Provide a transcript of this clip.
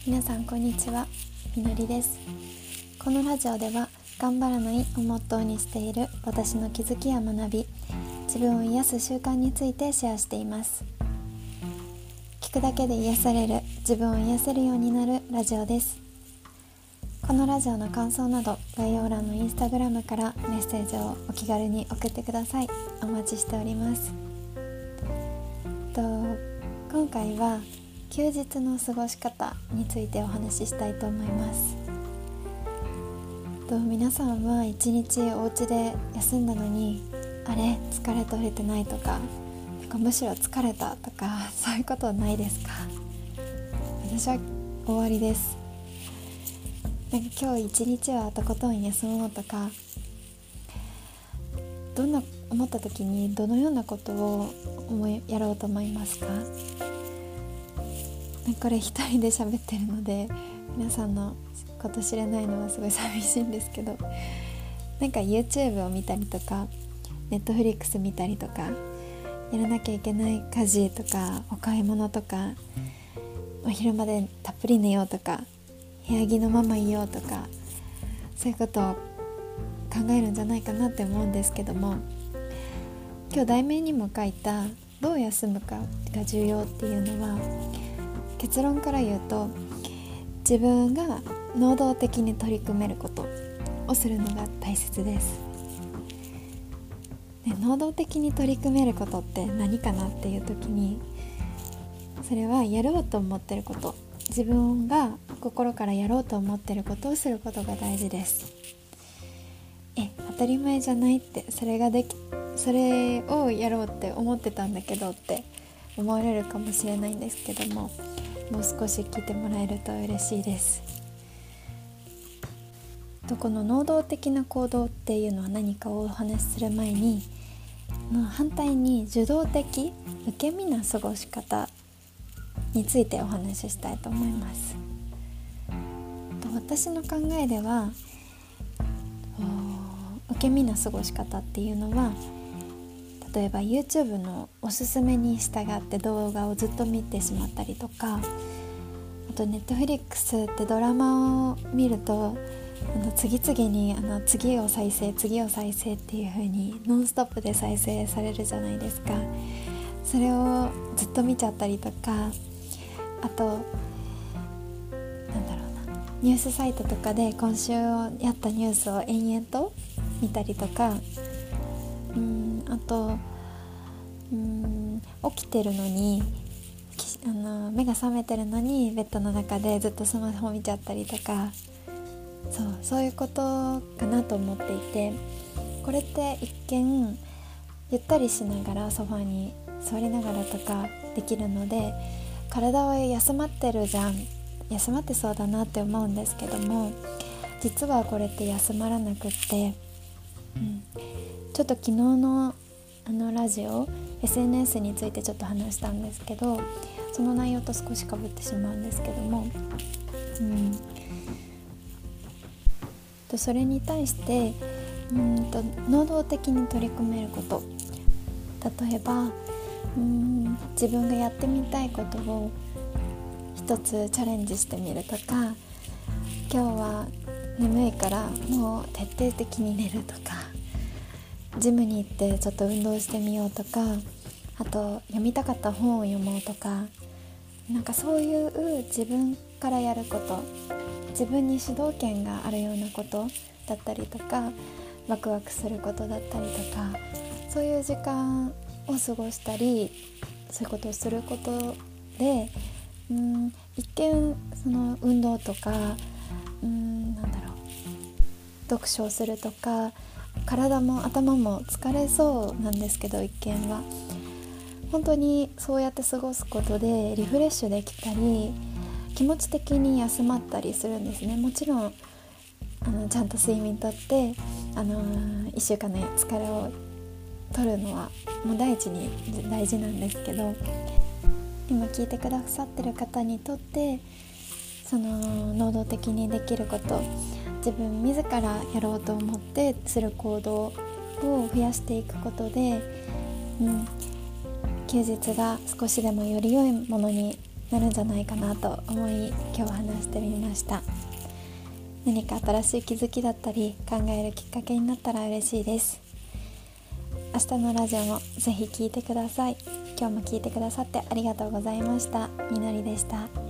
皆さんこんにちは、みのりです。このラジオでは頑張らないをモットーにしている私の気づきや学び、自分を癒す習慣についてシェアしています。聞くだけで癒される、自分を癒せるようになるラジオです。このラジオの感想など概要欄のインスタグラムからメッセージをお気軽に送ってください。お待ちしております。今回は休日の過ごし方についてお話ししたいと思います。皆さんは一日お家で休んだのにあれ疲れ取れてないとかむしろ疲れたとかそういうことないですか？私は終わりです。今日一日はとことん休もうとか思った時にどのようなことをやろうと思いますか？これ一人で喋ってるので皆さんのこと知れないのはすごい寂しいんですけど、YouTube を見たりとか Netflix 見たりとかやらなきゃいけない家事とかお買い物とかお昼までたっぷり寝ようとか部屋着のままいようとかそういうことを考えるんじゃないかなって思うんですけども、今日題名にも書いたどう休むかが重要っていうのは結論から言うと自分が能動的に取り組めることをするのが大切です。能動的に取り組めることって何かなっていう時にそれはやろうと思ってること、自分が心からやろうと思ってることをすることが大事です。当たり前じゃないってそれをやろうって思ってたんだけどって思われるかもしれないんですけども、もう少し聞いてもらえると嬉しいです。この能動的な行動っていうのは何かをお話しする前に反対に受動的受け身な過ごし方についてお話ししたいと思います。私の考えでは受け身な過ごし方っていうのは例えば YouTube のおすすめに従って動画をずっと見てしまったりとか、あと Netflix ってドラマを見ると次々に次を再生っていう風にノンストップで再生されるじゃないですか。それをずっと見ちゃったりとか、あとニュースサイトとかで今週やったニュースを延々と見たりとか、あと起きてるのに目が覚めてるのにベッドの中でずっとスマホ見ちゃったりとか、そういうことかなと思っていて、これって一見ゆったりしながらソファに座りながらとかできるので体は休まってそうだなって思うんですけども、実はこれって休まらなくって、ちょっと昨日のラジオ SNS についてちょっと話したんですけど、その内容と少し被ってしまうんですけども、それに対して能動的に取り組めること、例えば自分がやってみたいことを一つチャレンジしてみるとか、今日は眠いからもう徹底的に寝るとか、ジムに行ってちょっと運動してみようとか、あと読みたかった本を読もうとか、そういう自分からやること、自分に主導権があるようなことだったりとか、ワクワクすることだったりとか、そういう時間を過ごしたりそういうことをすることで一見その運動とか読書をするとか体も頭も疲れそうなんですけど、一見は本当にそうやって過ごすことでリフレッシュできたり気持ち的に休まったりするんですね。もちろんちゃんと睡眠とって1週間の疲れを取るのはもう大事なんですけど、今聞いてくださってる方にとってその能動的にできること、自分自らやろうと思ってする行動を増やしていくことで、休日が少しでもより良いものになるんじゃないかなと思い、今日は話してみました。何か新しい気づきだったり考えるきっかけになったら嬉しいです。明日のラジオもぜひ聞いてください。今日も聞いてくださってありがとうございました。みのりでした。